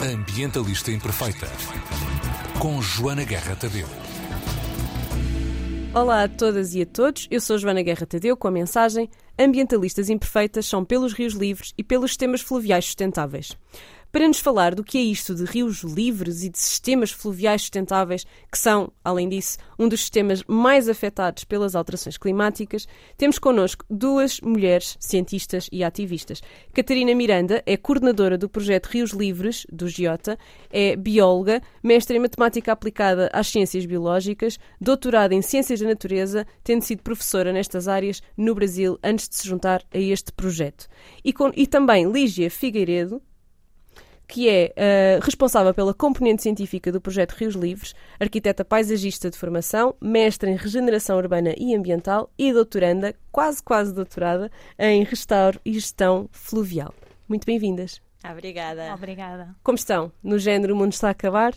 Ambientalista Imperfeita, com Joana Guerra Tadeu. Olá a todas e a todos, eu sou Joana Guerra Tadeu com a mensagem Ambientalistas Imperfeitas são pelos rios livres e pelos sistemas fluviais sustentáveis. Para nos falar do que é isto de rios livres e de sistemas fluviais sustentáveis, que são, além disso, um dos sistemas mais afetados pelas alterações climáticas, temos connosco duas mulheres cientistas e ativistas. Catarina Miranda é coordenadora do projeto Rios Livres, do GIOTA, é bióloga, mestre em matemática aplicada às ciências biológicas, doutorada em ciências da natureza, tendo sido professora nestas áreas no Brasil antes de se juntar a este projeto. E também Lígia Figueiredo, que é responsável pela componente científica do projeto Rios Livres, arquiteta paisagista de formação, mestre em regeneração urbana e ambiental e doutoranda, quase doutorada, em restauro e gestão fluvial. Muito bem-vindas. Obrigada. Obrigada. Como estão? No género, o mundo está a acabar?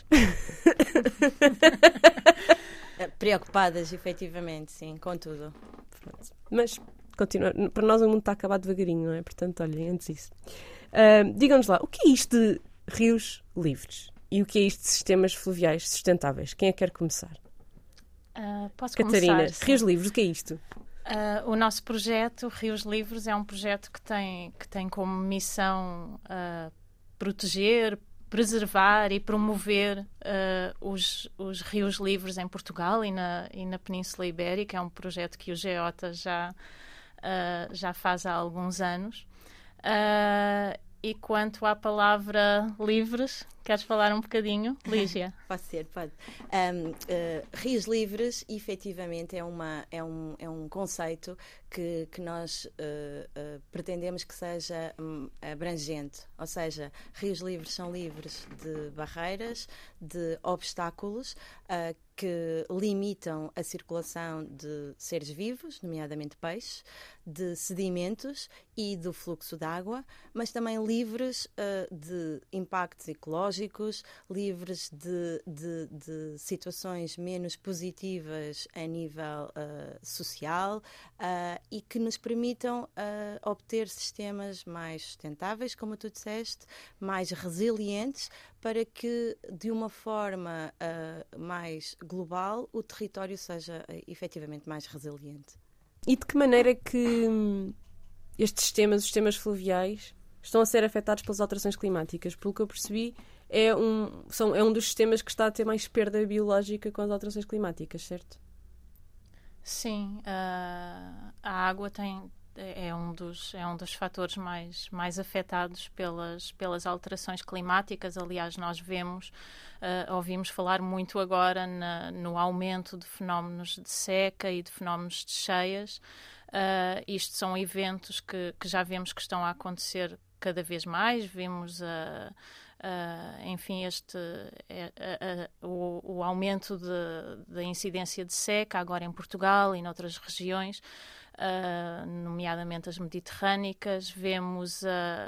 Preocupadas, efetivamente, sim, com tudo. Pronto. Mas, continua, para nós o mundo está a acabar devagarinho, não é? Portanto, olhem, antes disso. Digam-nos lá, o que é isto de rios livres? E o que é isto de sistemas fluviais sustentáveis? Quem é que quer começar? Posso Catarina, começar? rios livres, o que é isto? O nosso projeto, Rios Livres, é um projeto que tem como missão proteger, preservar e promover os rios livres em Portugal e na Península Ibérica. É um projeto que o GIOTA já faz há alguns anos. E quanto à palavra livres, queres falar um bocadinho, Lígia? Pode ser, pode. Rios livres, efetivamente, é um conceito que nós pretendemos que seja abrangente. Ou seja, rios livres são livres de barreiras, de obstáculos que limitam a circulação de seres vivos, nomeadamente peixes, de sedimentos e do fluxo de água, mas também livres de impactos ecológicos, livres de situações menos positivas a nível social e que nos permitam obter sistemas mais sustentáveis, como tu disseste, mais resilientes, para que, de uma forma mais global, o território seja efetivamente mais resiliente. E de que maneira que estes sistemas, os sistemas fluviais, estão a ser afetados pelas alterações climáticas? Pelo que eu percebi, é um dos sistemas que está a ter mais perda biológica com as alterações climáticas, certo? Sim, a água é um dos fatores mais afetados pelas alterações climáticas. Aliás, nós ouvimos falar muito agora no aumento de fenómenos de seca e de fenómenos de cheias. Isto são eventos que já vemos que estão a acontecer cada vez mais. Vimos enfim, o aumento da incidência de seca agora em Portugal e noutras regiões, nomeadamente as mediterrânicas. Vemos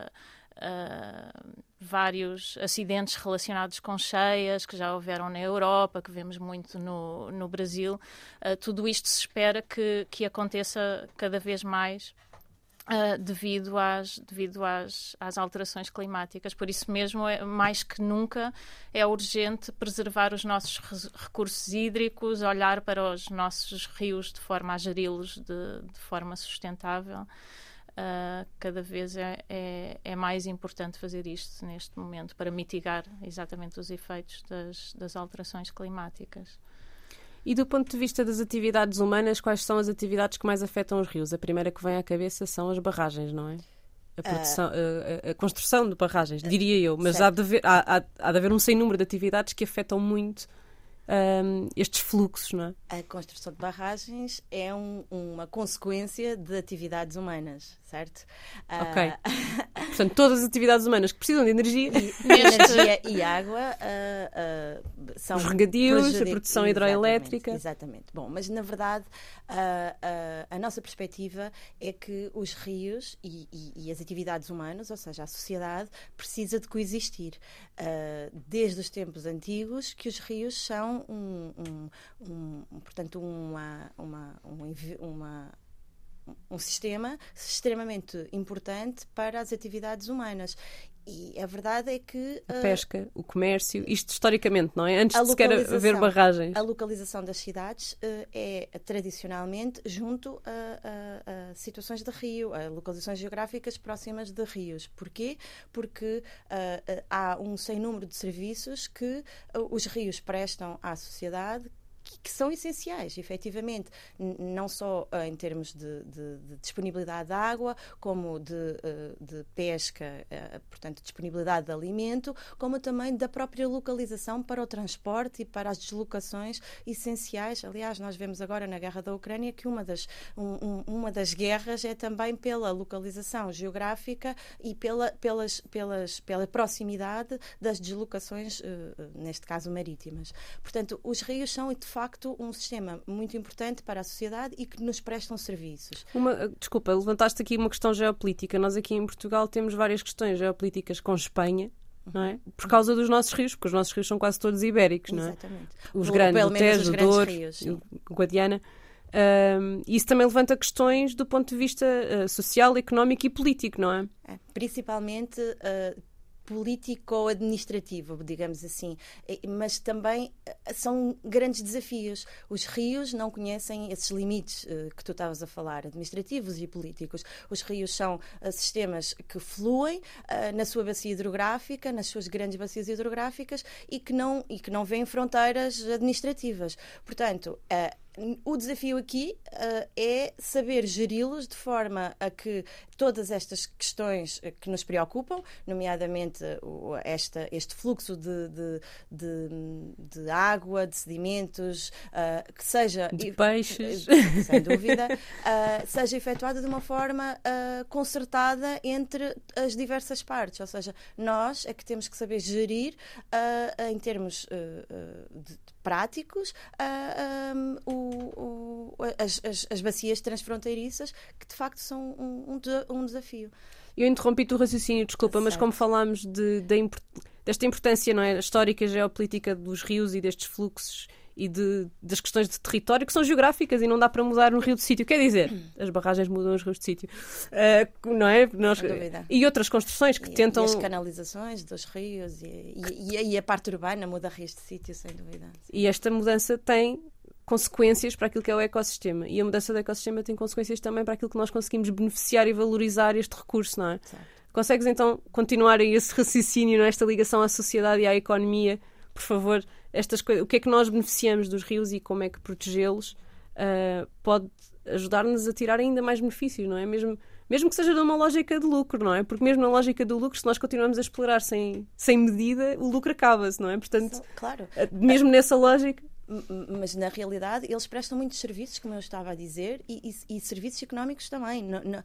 vários acidentes relacionados com cheias que já houveram na Europa, que vemos muito no Brasil. Tudo isto se espera que aconteça cada vez mais devido às alterações climáticas. Por isso mesmo, mais que nunca, é urgente preservar os nossos recursos hídricos, olhar para os nossos rios de forma a geri-los de forma sustentável. Cada vez é mais importante fazer isto neste momento para mitigar exatamente os efeitos das alterações climáticas. E do ponto de vista das atividades humanas, quais são as atividades que mais afetam os rios? A primeira que vem à cabeça são as barragens, não é? A construção de barragens, diria eu. Mas há de haver um sem número de atividades que afetam muito estes fluxos, não é? A construção de barragens é uma consequência de atividades humanas, certo? Ok. Portanto, todas as atividades humanas que precisam de energia... Energia e água são... Os regadios, a produção hidroelétrica... Exatamente. Bom, mas na verdade a nossa perspectiva é que os rios e as atividades humanas, ou seja, a sociedade, precisa de coexistir. Desde os tempos antigos que os rios são portanto, um sistema extremamente importante para as atividades humanas. E a verdade é que... A pesca, o comércio, isto historicamente, não é? Antes de sequer haver barragens. A localização das cidades é tradicionalmente junto a situações de rio, a localizações geográficas próximas de rios. Porquê? Porque há um sem número de serviços que os rios prestam à sociedade, que são essenciais, efetivamente, não só em termos de disponibilidade de água, como de pesca, portanto, disponibilidade de alimento, como também da própria localização para o transporte e para as deslocações essenciais. Aliás, nós vemos agora na guerra da Ucrânia que uma das guerras é também pela localização geográfica e pela proximidade das deslocações, neste caso marítimas. Portanto, os rios são, de facto, um sistema muito importante para a sociedade e que nos prestam serviços. Desculpa, levantaste aqui uma questão geopolítica. Nós aqui em Portugal temos várias questões geopolíticas com Espanha, não é? Por causa dos nossos rios, porque os nossos rios são quase todos ibéricos, não é? Exatamente. Os grandes, o Tejo, o Douro, o Guadiana. Isso também levanta questões do ponto de vista social, económico e político, não é? Principalmente político-administrativo, digamos assim, mas também são grandes desafios. Os rios não conhecem esses limites que tu estavas a falar, administrativos e políticos. Os rios são sistemas que fluem na sua bacia hidrográfica, nas suas grandes bacias hidrográficas e que não veem fronteiras administrativas. Portanto, o desafio aqui é saber geri-los de forma a que todas estas questões que nos preocupam, nomeadamente este fluxo de água, de sedimentos, que seja... De peixes. Sem dúvida. Seja efetuada de uma forma concertada entre as diversas partes. Ou seja, nós é que temos que saber gerir em termos práticos as bacias transfronteiriças, que de facto são um desafio. Eu interrompi-te o raciocínio, desculpa, mas como falámos desta importância, não é, histórica e geopolítica dos rios e destes fluxos e das questões de território que são geográficas e não dá para mudar um rio de sítio. Quer dizer, as barragens mudam os rios de sítio. Não é? E outras construções que tentam... E as canalizações dos rios e a parte urbana muda rios de sítio, sem dúvida. E esta mudança tem consequências para aquilo que é o ecossistema. E a mudança do ecossistema tem consequências também para aquilo que nós conseguimos beneficiar e valorizar este recurso, não é? Certo. Consegues então continuar aí esse raciocínio, nesta ligação à sociedade e à economia? Por favor, estas coisas, o que é que nós beneficiamos dos rios e como é que protegê-los pode ajudar-nos a tirar ainda mais benefícios, não é? Mesmo que seja numa lógica de lucro, não é? Porque mesmo na lógica do lucro, se nós continuamos a explorar sem medida, o lucro acaba-se, não é? Portanto, claro. Mesmo nessa lógica... Mas na realidade eles prestam muitos serviços, como eu estava a dizer, e serviços económicos também.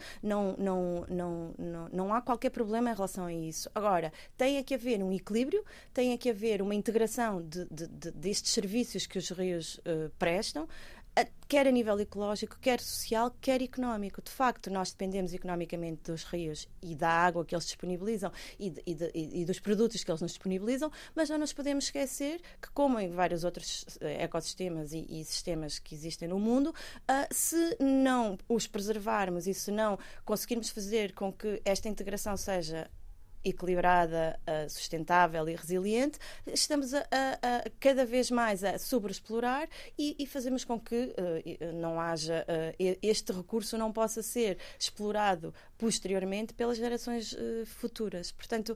Não há qualquer problema em relação a isso. Agora, tem que haver um equilíbrio, tem que haver uma integração destes serviços que os rios prestam, quer a nível ecológico, quer social, quer económico. De facto, nós dependemos economicamente dos rios e da água que eles disponibilizam e dos produtos que eles nos disponibilizam, mas não nos podemos esquecer que, como em vários outros ecossistemas e sistemas que existem no mundo, se não os preservarmos e se não conseguirmos fazer com que esta integração seja equilibrada, sustentável e resiliente, estamos a cada vez mais a sobreexplorar e fazemos com que não haja este recurso não possa ser explorado posteriormente pelas gerações futuras. Portanto,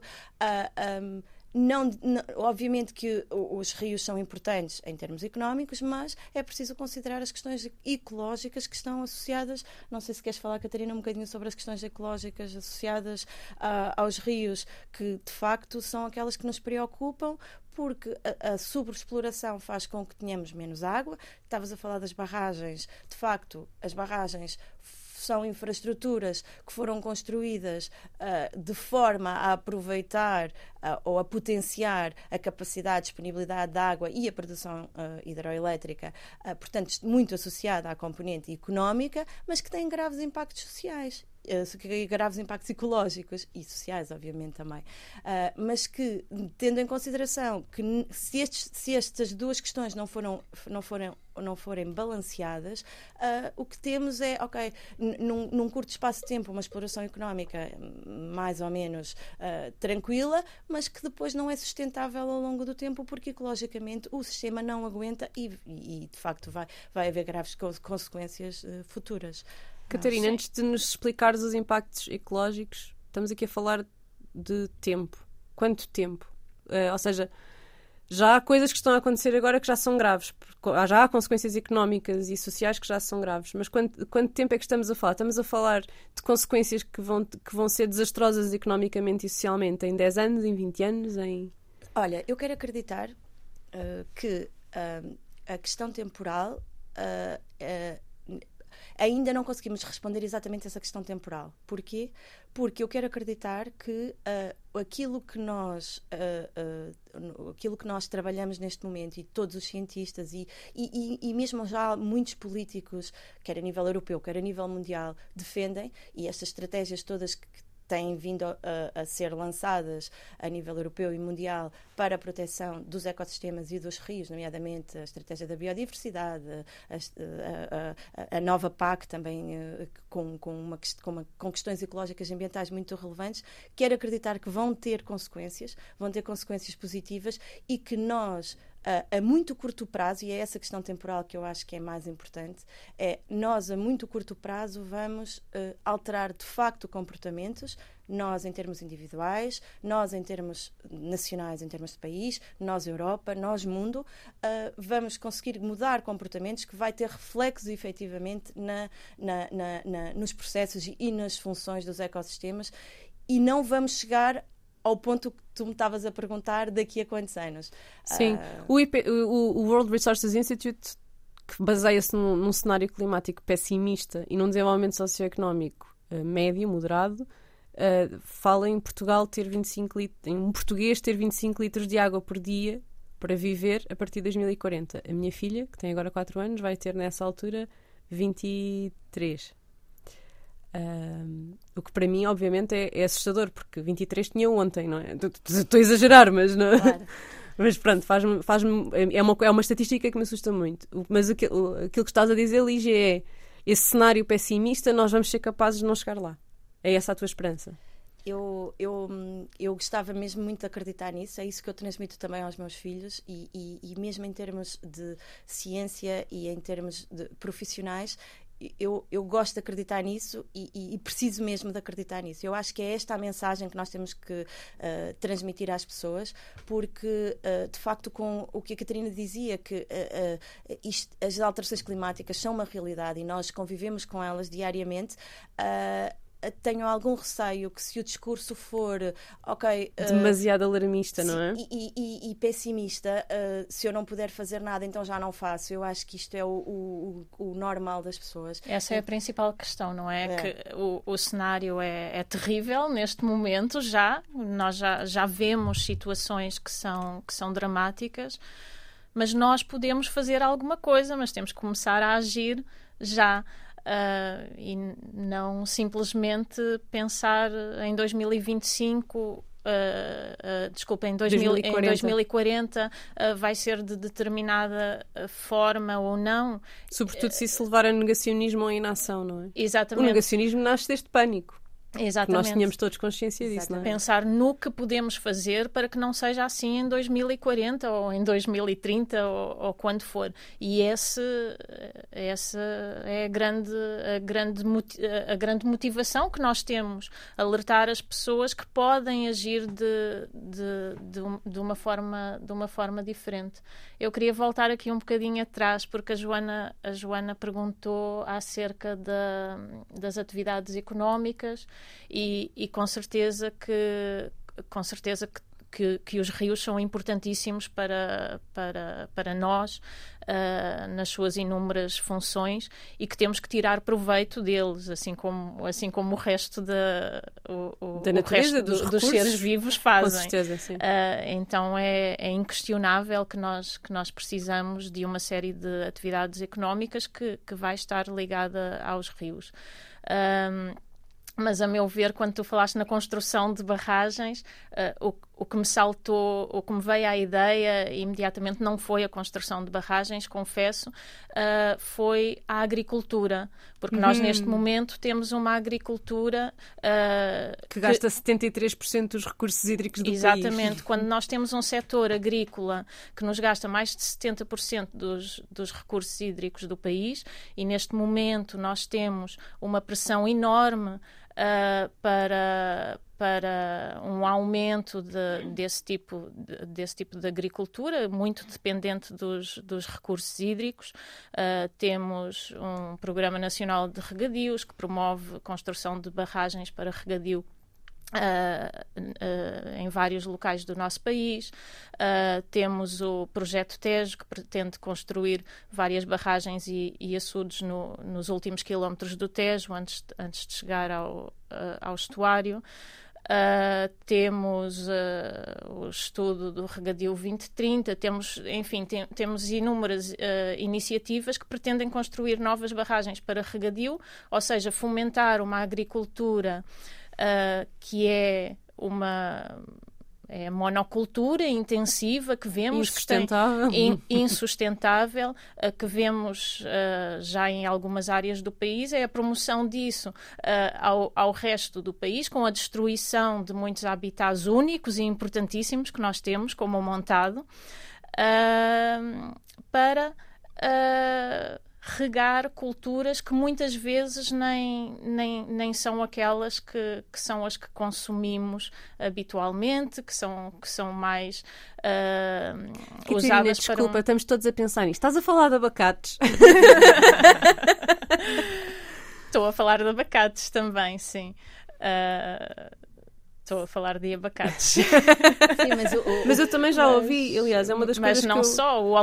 obviamente que os rios são importantes em termos económicos, mas é preciso considerar as questões ecológicas que estão associadas. Não sei se queres falar, Catarina, um bocadinho sobre as questões ecológicas associadas aos rios, que de facto são aquelas que nos preocupam, porque a sobreexploração faz com que tenhamos menos água. Estavas a falar das barragens. De facto, as barragens são infraestruturas que foram construídas de forma a aproveitar ou a potenciar a capacidade, a disponibilidade de água e a produção hidroelétrica, portanto, muito associada à componente económica, mas que têm graves impactos sociais. graves impactos ecológicos e sociais, obviamente, também. Mas que, tendo em consideração que se estas duas questões não forem balanceadas, o que temos é, ok, num curto espaço de tempo, uma exploração económica mais ou menos tranquila, mas que depois não é sustentável ao longo do tempo, porque ecologicamente o sistema não aguenta e de facto vai haver graves consequências futuras. Catarina, antes de nos explicares os impactos ecológicos, estamos aqui a falar de tempo. Quanto tempo? Ou seja, já há coisas que estão a acontecer agora que já são graves. Já há consequências económicas e sociais que já são graves. Mas quanto tempo é que estamos a falar? Estamos a falar de consequências que vão ser desastrosas economicamente e socialmente em 10 anos, em 20 anos, em... Olha, eu quero acreditar que a questão temporal ainda não conseguimos responder exatamente essa questão temporal. Porquê? Porque eu quero acreditar que aquilo que nós trabalhamos neste momento, e todos os cientistas e mesmo já muitos políticos, quer a nível europeu, quer a nível mundial, defendem, e estas estratégias todas que têm vindo a ser lançadas a nível europeu e mundial para a proteção dos ecossistemas e dos rios, nomeadamente a estratégia da biodiversidade, a nova PAC também com questões ecológicas e ambientais muito relevantes. Quero acreditar que vão ter consequências positivas e que nós, a muito curto prazo, e é essa questão temporal que eu acho que é mais importante, nós a muito curto prazo vamos alterar de facto comportamentos, nós em termos individuais, nós em termos nacionais, em termos de país, nós Europa, nós mundo, vamos conseguir mudar comportamentos que vai ter reflexos efetivamente nos processos e nas funções dos ecossistemas, e não vamos chegar ao ponto que tu me estavas a perguntar daqui a quantos anos. Sim, o World Resources Institute, que baseia-se num cenário climático pessimista e num desenvolvimento socioeconómico médio, moderado, fala em Portugal ter 25 litros, em um português ter 25 litros de água por dia para viver a partir de 2040. A minha filha, que tem agora 4 anos, vai ter nessa altura 23. O que para mim, obviamente, é assustador, porque 23 tinha ontem, não é? Estou a exagerar, mas não. Claro. Mas pronto, é uma estatística que me assusta muito. Mas aquilo que estás a dizer, Lígia, é esse cenário pessimista, nós vamos ser capazes de não chegar lá. É essa a tua esperança? Eu gostava mesmo muito de acreditar nisso, é isso que eu transmito também aos meus filhos, e mesmo em termos de ciência e em termos de profissionais, eu gosto de acreditar nisso e preciso mesmo de acreditar nisso. Eu acho que é esta a mensagem que nós temos que transmitir às pessoas, porque de facto, com o que a Catarina dizia, que as alterações climáticas são uma realidade e nós convivemos com elas diariamente. Tenho algum receio que, se o discurso for demasiado alarmista, não é? E pessimista, se eu não puder fazer nada, então já não faço. Eu acho que isto é o normal das pessoas. Essa é a principal questão, não é? Que o cenário é terrível neste momento já. Nós já vemos situações que são dramáticas, mas nós podemos fazer alguma coisa, mas temos que começar a agir já. E não simplesmente pensar em 2025, em 2040 vai ser de determinada forma ou não. Sobretudo se isso levar a negacionismo ou a inação, não é? Exatamente. O negacionismo nasce deste pânico. Exatamente. Nós tínhamos todos consciência disso, não é? Pensar no que podemos fazer para que não seja assim em 2040 ou em 2030 ou quando for. E essa é a grande motivação que nós temos. Alertar as pessoas que podem agir de uma forma diferente. Eu queria voltar aqui um bocadinho atrás, porque a Joana perguntou acerca das atividades económicas. E com certeza que os rios são importantíssimos para nós, nas suas inúmeras funções, e que temos que tirar proveito deles, assim como o resto da natureza, dos seres vivos fazem. Com certeza, sim. Então é inquestionável que nós precisamos de uma série de atividades económicas que vai estar ligada aos rios. Mas, a meu ver, quando tu falaste na construção de barragens, o que me saltou, o que me veio à ideia imediatamente não foi a construção de barragens, confesso, foi a agricultura. Porque nós, neste momento, temos uma agricultura... que gasta 73% dos recursos hídricos do país. Exatamente. Quando nós temos um setor agrícola que nos gasta mais de 70% dos recursos hídricos do país, e neste momento nós temos uma pressão enorme para um aumento desse tipo de agricultura, muito dependente dos recursos hídricos. Temos um Programa Nacional de Regadios que promove a construção de barragens para regadio em vários locais do nosso país. Temos o projeto Tejo, que pretende construir várias barragens e açudes nos últimos quilómetros do Tejo, antes de chegar ao estuário. Temos o estudo do Regadio 2030, temos inúmeras iniciativas que pretendem construir novas barragens para regadio, ou seja, fomentar uma agricultura que é uma monocultura intensiva que vemos insustentável, que vemos já em algumas áreas do país, é a promoção disso ao resto do país, com a destruição de muitos habitats únicos e importantíssimos que nós temos, como o montado, para regar culturas que muitas vezes nem são aquelas que são as que consumimos habitualmente, que são mais usadas para... Desculpa, estamos todos a pensar nisto. Estás a falar de abacates? Estou a falar de abacates também, sim. Estou a falar de abacates. Sim, mas eu também já ouvi, aliás, é uma das coisas que Mas não só, o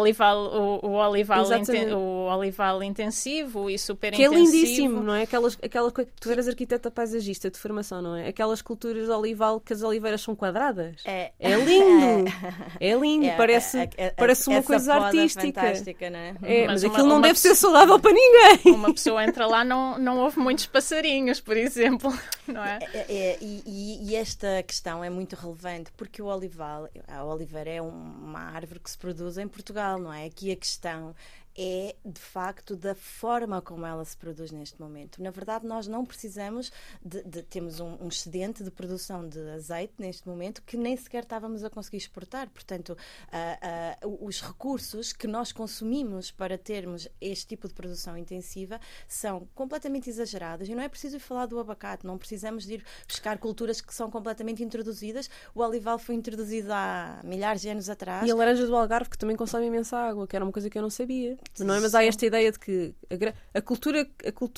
olival intensivo e super intensivo. Que é intensivo. lindíssimo, não é? Aquela coisa... Tu eras arquiteta paisagista de formação, não é? Aquelas culturas de olival que as oliveiras são quadradas. É lindo! É lindo, parece uma coisa artística. Fantástica, não é? Mas aquilo não deve ser saudável para ninguém. Uma pessoa entra lá, não houve muitos passarinhos, por exemplo, não é? E esta questão é muito relevante porque a oliveira é uma árvore que se produz em Portugal, não é? Aqui a questão é, de facto, da forma como ela se produz neste momento. Na verdade, nós não precisamos temos um excedente de produção de azeite neste momento que nem sequer estávamos a conseguir exportar. Portanto, os recursos que nós consumimos para termos este tipo de produção intensiva são completamente exagerados. E não é preciso ir falar do abacate, não precisamos de ir buscar culturas que são completamente introduzidas. O olival foi introduzido há milhares de anos atrás. E a laranja do Algarve, que também consome imensa água, que era uma coisa que eu não sabia. Não é? Mas há esta ideia de que a cultura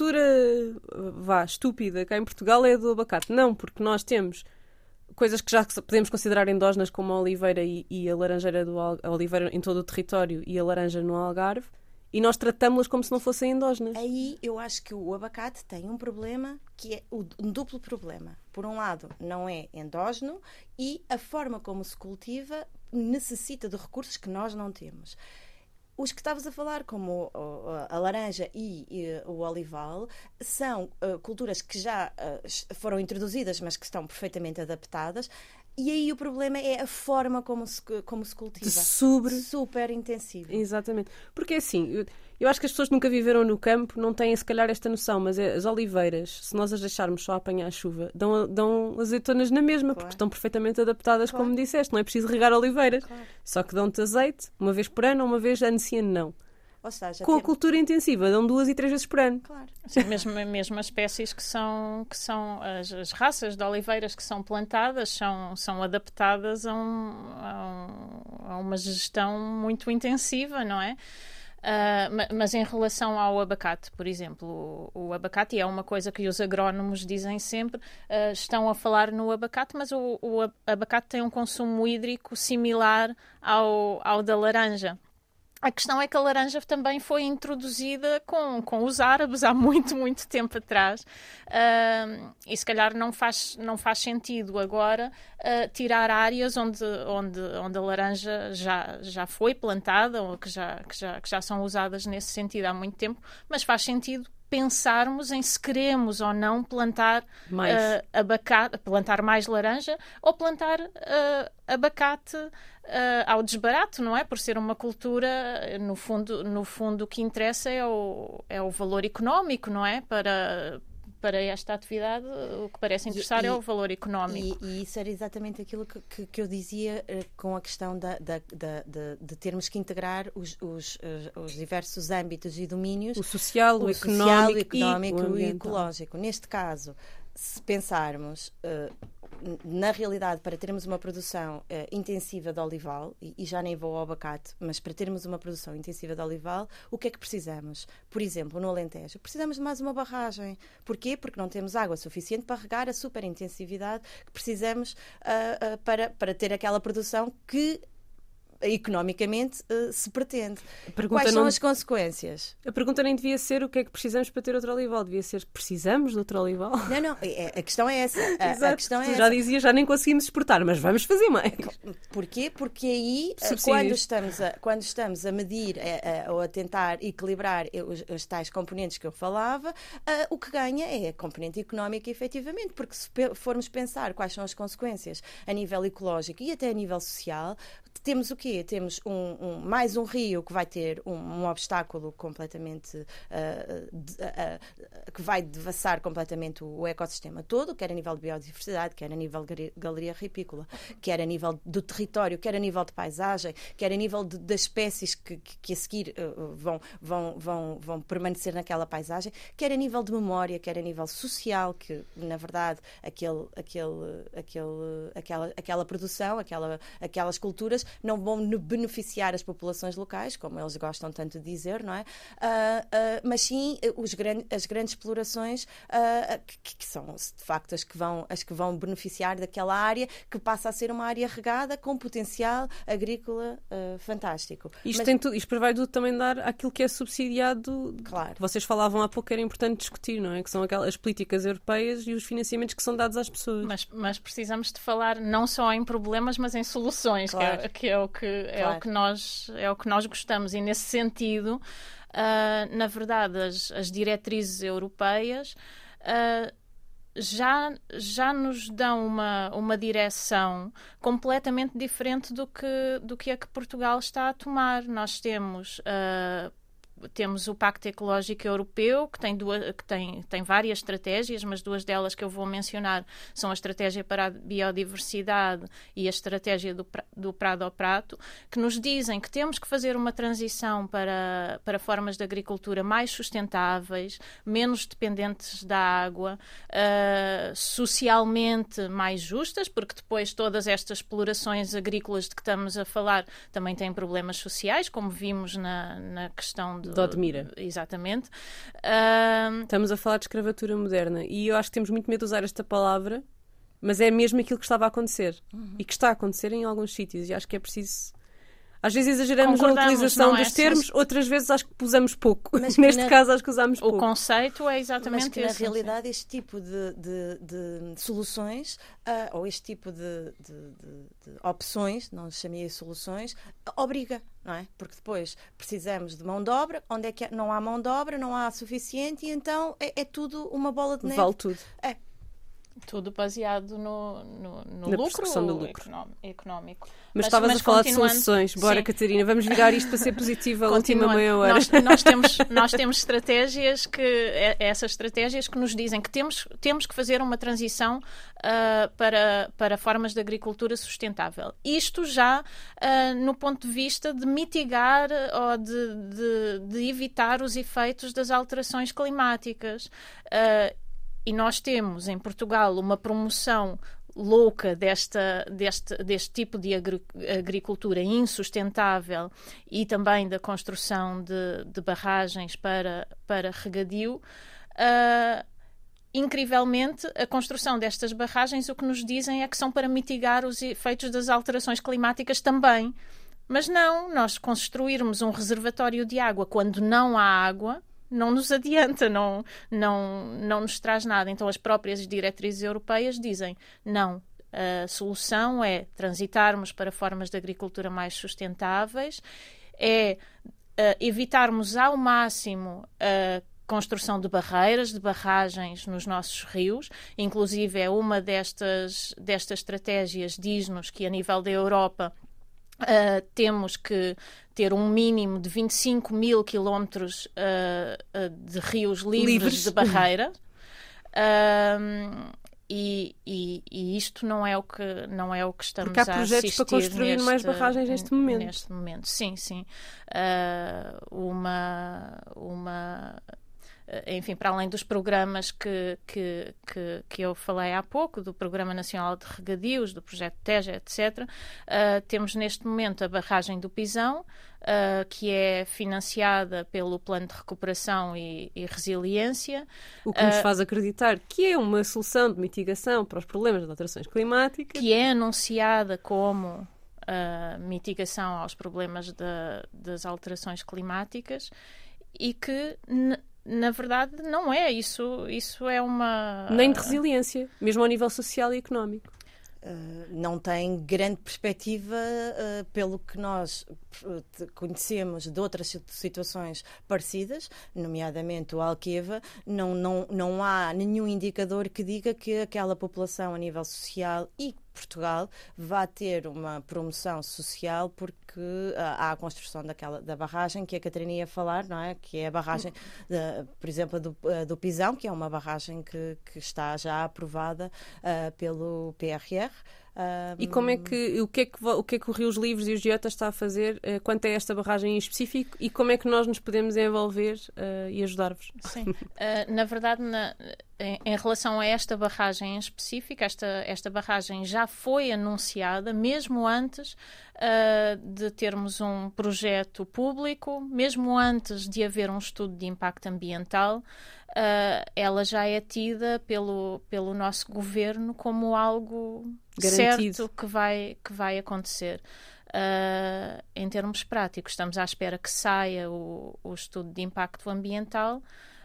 estúpida cá em Portugal é do abacate. Não, porque nós temos coisas que já podemos considerar endógenas, como a oliveira e a laranjeira a oliveira em todo o território e a laranja no Algarve, e nós tratamos-las como se não fossem endógenas. Aí eu acho que o abacate tem um problema que é um duplo problema. Por um lado, não é endógeno e a forma como se cultiva necessita de recursos que nós não temos. Os que estavas a falar, como a laranja e o olival, são culturas que já foram introduzidas, mas que estão perfeitamente adaptadas. E aí o problema é a forma como se cultiva. Super intensivo. Exatamente. Porque é assim, eu acho que as pessoas que nunca viveram no campo não têm se calhar esta noção, mas as oliveiras, se nós as deixarmos só apanhar a chuva, dão azeitonas na mesma, porque estão perfeitamente adaptadas, como disseste. Não é preciso regar oliveiras. Só que dão-te azeite uma vez por ano ou uma vez ano sim, ano não. Ou seja, com a cultura intensiva, dão 2 e 3 vezes por ano. Claro. Sim, mesmo as espécies que são as raças de oliveiras que são plantadas são adaptadas a uma gestão muito intensiva, não é? Mas em relação ao abacate, por exemplo, o abacate é uma coisa que os agrónomos dizem sempre, estão a falar no abacate, mas o abacate tem um consumo hídrico similar ao da laranja. A questão é que a laranja também foi introduzida com os árabes há muito, muito tempo atrás, e se calhar não faz sentido agora tirar áreas onde a laranja já foi plantada ou que já são usadas nesse sentido há muito tempo, mas faz sentido pensarmos em se queremos ou não plantar abacate, plantar mais laranja ou plantar abacate ao desbarato, não é? Por ser uma cultura, no fundo o que interessa é o valor económico, não é? Para esta atividade, o que parece interessar é o valor económico. E isso era exatamente aquilo que eu dizia com a questão de termos que integrar os diversos âmbitos e domínios. O social, o económico e o ecológico. Neste caso, se pensarmos na realidade, para termos uma produção intensiva de olival, e já nem vou ao abacate, mas para termos uma produção intensiva de olival, o que é que precisamos? Por exemplo, no Alentejo, precisamos de mais uma barragem. Porquê? Porque não temos água suficiente para regar a superintensividade que precisamos para ter aquela produção que economicamente se pretende. Quais são as consequências? A pergunta nem devia ser o que é que precisamos para ter outro olival, devia ser precisamos de outro olival. Não, a questão é essa. A questão é já dizia, já nem conseguimos exportar, mas vamos fazer mais. Porquê? Porque aí, quando estamos a medir ou a tentar equilibrar os tais componentes que eu falava, o que ganha é a componente económica, efetivamente, porque se formos pensar quais são as consequências a nível ecológico e até a nível social, temos o quê? Temos mais um rio que vai ter um obstáculo completamente que vai devassar completamente o ecossistema todo, quer a nível de biodiversidade, quer a nível de galeria ripícola, quer a nível do território, quer a nível de paisagem, quer a nível das espécies que a seguir vão permanecer naquela paisagem, quer a nível de memória, quer a nível social, que na verdade aquela produção, aquelas culturas não vão beneficiar as populações locais, como eles gostam tanto de dizer, não é? Mas sim as grandes explorações que são de facto as que vão beneficiar daquela área que passa a ser uma área regada com potencial agrícola fantástico. Isto vai tudo também dar aquilo que é subsidiado. Claro. Que vocês falavam há pouco, era importante discutir, não é? Que são aquelas políticas europeias e os financiamentos que são dados às pessoas. Mas precisamos de falar não só em problemas, mas em soluções, claro. que é o que nós gostamos, e nesse sentido, na verdade, as diretrizes europeias já nos dão uma direção completamente diferente do que a que Portugal está a tomar. Nós temos o Pacto Ecológico Europeu, que tem várias estratégias, mas duas delas que eu vou mencionar são a estratégia para a biodiversidade e a estratégia do Prado ao Prato, que nos dizem que temos que fazer uma transição para formas de agricultura mais sustentáveis, menos dependentes da água, socialmente mais justas, porque depois todas estas explorações agrícolas de que estamos a falar também têm problemas sociais, como vimos na questão de Odmira. Exatamente. Estamos a falar de escravatura moderna e eu acho que temos muito medo de usar esta palavra, mas é mesmo aquilo que estava a acontecer e que está a acontecer em alguns sítios, e acho que é preciso. Às vezes exageramos na utilização dos termos, outras vezes acho que usamos pouco. Mas neste caso acho que usamos pouco. O conceito é exatamente mas que na realidade este tipo de soluções ou este tipo de opções, não chamei soluções, obriga, não é? Porque depois precisamos de mão de obra, onde é que não há mão de obra, não há suficiente, e então é tudo uma bola de neve. Vale tudo. Tudo baseado no lucro económico. Mas estavas a falar de soluções. Bora, sim. Catarina, vamos virar isto para ser positiva a última meia hora. Nós temos estratégias essas estratégias que nos dizem que temos que fazer uma transição para formas de agricultura sustentável. Isto já no ponto de vista de mitigar ou de evitar os efeitos das alterações climáticas. E nós temos em Portugal uma promoção louca deste tipo de agricultura insustentável e também da construção de barragens para regadio. Incrivelmente, a construção destas barragens, o que nos dizem é que são para mitigar os efeitos das alterações climáticas também. Mas não, nós construirmos um reservatório de água quando não há água não nos adianta, não nos traz nada. Então as próprias diretrizes europeias dizem não, a solução é transitarmos para formas de agricultura mais sustentáveis, é evitarmos ao máximo construção de barreiras, de barragens nos nossos rios. Inclusive, é uma destas estratégias, diz-nos que a nível da Europa temos que ter um mínimo de 25 mil quilómetros de rios livres de barreira. E isto não é o que estamos a assistir. Porque há projetos para construir mais barragens neste momento. Neste momento, sim. Enfim, para além dos programas que eu falei há pouco, do Programa Nacional de Regadios, do Projeto TEJA, etc., temos neste momento a barragem do Pisão, que é financiada pelo Plano de Recuperação e Resiliência. O que nos faz acreditar que é uma solução de mitigação para os problemas das alterações climáticas. Que é anunciada como mitigação aos problemas das alterações climáticas e que... Na verdade, não é. Isso é uma... Nem de resiliência, mesmo ao nível social e económico. Não tem grande perspectiva, pelo que nós conhecemos de outras situações parecidas, nomeadamente o Alqueva. Não há nenhum indicador que diga que aquela população a nível social e Portugal vai ter uma promoção social, porque há a construção da barragem que a Catarina ia falar, não é? Que é a barragem, por exemplo, do Pisão, que é uma barragem que está já aprovada pelo PRR. E como é que, o que é que o Rios Livres e o Geota está a fazer quanto a esta barragem em específico, e como é que nós nos podemos envolver e ajudar-vos? Sim, na verdade, em relação a esta barragem em específico, esta barragem já foi anunciada mesmo antes de termos um projeto público, mesmo antes de haver um estudo de impacto ambiental. Ela já é tida pelo nosso governo como algo garantido, certo que vai acontecer. Em termos práticos, estamos à espera que saia o estudo de impacto ambiental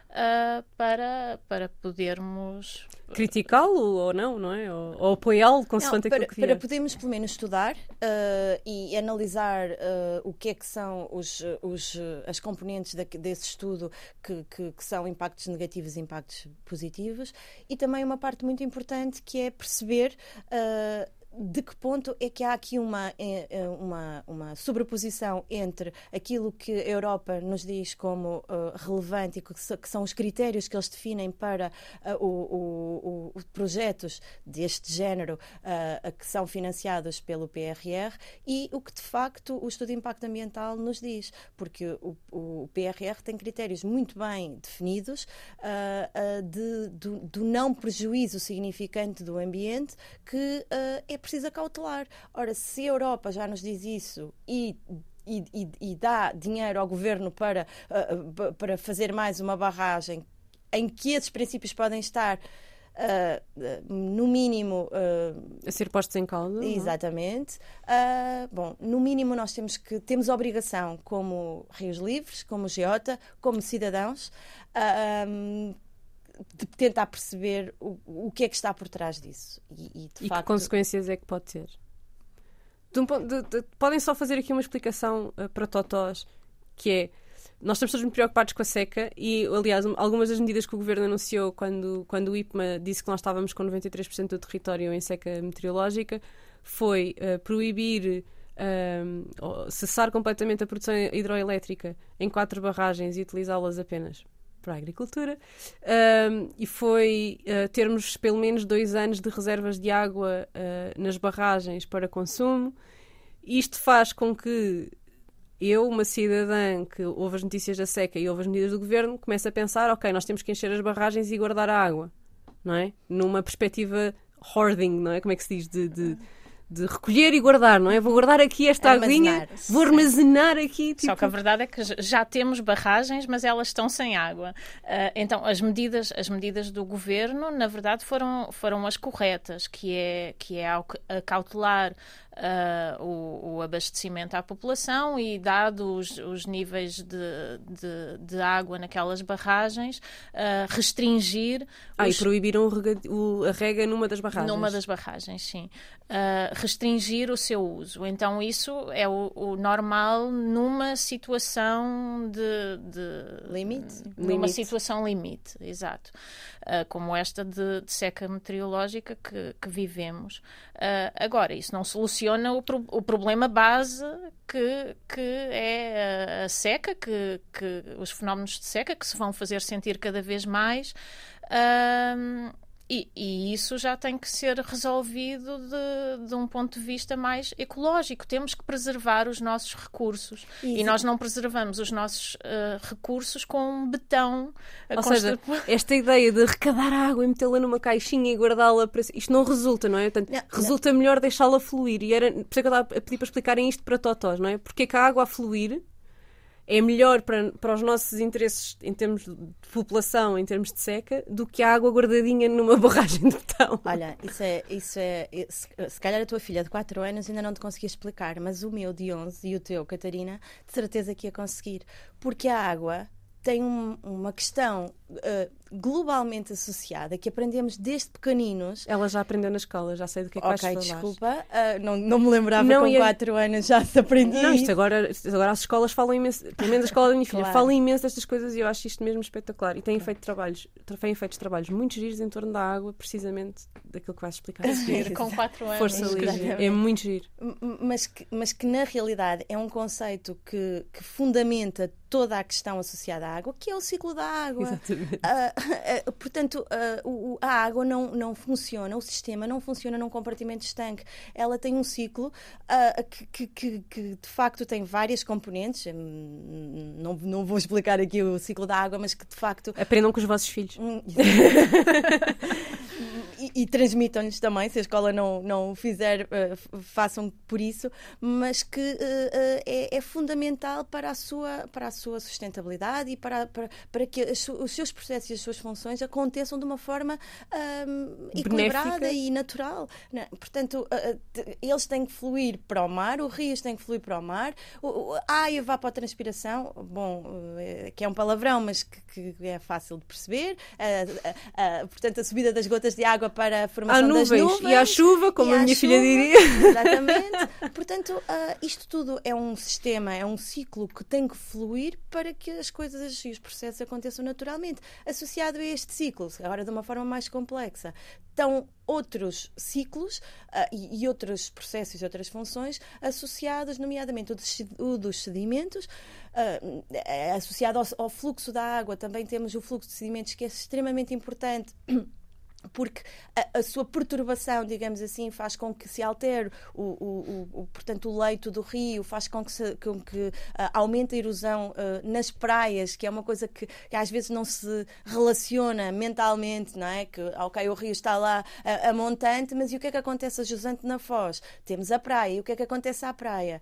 para podermos criticá-lo ou não é? Ou apoiá-lo, consoante aquilo que vier. Para podermos pelo menos estudar e analisar o que é que são as componentes desse estudo que são impactos negativos e impactos positivos, e também uma parte muito importante que é perceber de que ponto é que há aqui uma sobreposição entre aquilo que a Europa nos diz como relevante e que são os critérios que eles definem para os projetos deste género que são financiados pelo PRR, e o que de facto o estudo de impacto ambiental nos diz, porque o PRR tem critérios muito bem definidos do não prejuízo significante do ambiente, que é preciso acautelar. Ora, se a Europa já nos diz isso e dá dinheiro ao governo para fazer mais uma barragem em que esses princípios podem estar no mínimo a ser postos em causa. Exatamente. Bom, no mínimo nós temos a obrigação, como Rios Livres, como Geota, como cidadãos, de tentar perceber o que é que está por trás disso. E que consequências é que pode ter? Podem só fazer aqui uma explicação para totós, que é: nós estamos todos muito preocupados com a seca e, aliás, algumas das medidas que o Governo anunciou quando o IPMA disse que nós estávamos com 93% do território em seca meteorológica foi proibir, cessar completamente a produção hidroelétrica em 4 barragens e utilizá-las apenas para a agricultura, e foi termos pelo menos 2 anos de reservas de água nas barragens para consumo. Isto faz com que eu, uma cidadã que ouve as notícias da seca e ouve as medidas do governo, comece a pensar: ok, nós temos que encher as barragens e guardar a água, não é? Numa perspectiva hoarding, não é? Como é que se diz? De recolher e guardar, não é? Vou guardar aqui esta aguinha, vou armazenar aqui. Só que a verdade é que já temos barragens, mas elas estão sem água. Então, as medidas do governo, na verdade, foram as corretas, que é acautelar o abastecimento à população e, dados os níveis de água naquelas barragens, restringir... E proibiram a rega numa das barragens. Numa das barragens, sim. restringir o seu uso. Então isso é o normal numa situação numa situação limite, exato. Como esta de seca meteorológica que vivemos. Agora, isso não soluciona o problema base que é a seca, que os fenómenos de seca que se vão fazer sentir cada vez mais. E isso já tem que ser resolvido de um ponto de vista mais ecológico. Temos que preservar os nossos recursos. E nós não preservamos os nossos recursos com betão. Ou seja, esta ideia de arrecadar água e metê-la numa caixinha e guardá-la para... Isto não resulta, não é? Portanto, resulta melhor deixá-la fluir. E por isso é que eu estava a pedir para explicarem isto para totós, não é? Porque é que a água a fluir é melhor para os nossos interesses em termos de população, em termos de seca, do que a água guardadinha numa barragem de betão. Olha, se calhar a tua filha de 4 anos ainda não te conseguia explicar, mas o meu de 11 e o teu, Catarina, de certeza que ia conseguir. Porque a água tem uma questão globalmente associada, que aprendemos desde pequeninos. Ela já aprendeu na escola, já sei do que é que vais falar. Ok, desculpa, não me lembrava que com 4 anos já se aprendia. Não, isto agora as escolas falam imenso, pelo menos a escola da minha filha, Claro. fala imenso destas coisas e eu acho isto mesmo espetacular. E têm feito trabalhos muito giros em torno da água, precisamente daquilo que vais explicar a seguir. Com 4 anos. Força, Lígia. Exatamente. É muito giro. Mas que na realidade é um conceito que fundamenta toda a questão associada à água, que é o ciclo da água. Exatamente. Portanto, a água não funciona, o sistema não funciona num compartimento estanque. Ela tem um ciclo que de facto tem várias componentes. Não vou explicar aqui o ciclo da água, mas que de facto... Aprendam com os vossos filhos. E transmitam-lhes também, se a escola não o fizer, façam por isso, mas que é fundamental para a sua sustentabilidade e para que os seus processos e as suas funções aconteçam de uma forma equilibrada Benéfica. e natural. Portanto, eles têm que fluir para o mar, os rios têm que fluir para o mar, a evapotranspiração, bom, que é um palavrão, mas que é fácil de perceber, portanto, a subida das gotas de água para a formação das nuvens. E à chuva, como E a à minha filha chuva, diria. Exatamente. Portanto, isto tudo é um sistema, é um ciclo que tem que fluir para que as coisas e os processos aconteçam naturalmente. Associado a este ciclo, agora de uma forma mais complexa, estão outros ciclos e outros processos e outras funções associados, nomeadamente o dos sedimentos. Associado ao fluxo da água, também temos o fluxo de sedimentos, que é extremamente importante, porque a sua perturbação, digamos assim, faz com que se altere portanto, o leito do rio, faz com que aumente a erosão nas praias, que é uma coisa que às vezes não se relaciona mentalmente, não é? Que, ok, o rio está lá a montante, mas e o que é que acontece a jusante na Foz? Temos a praia, e o que é que acontece à praia?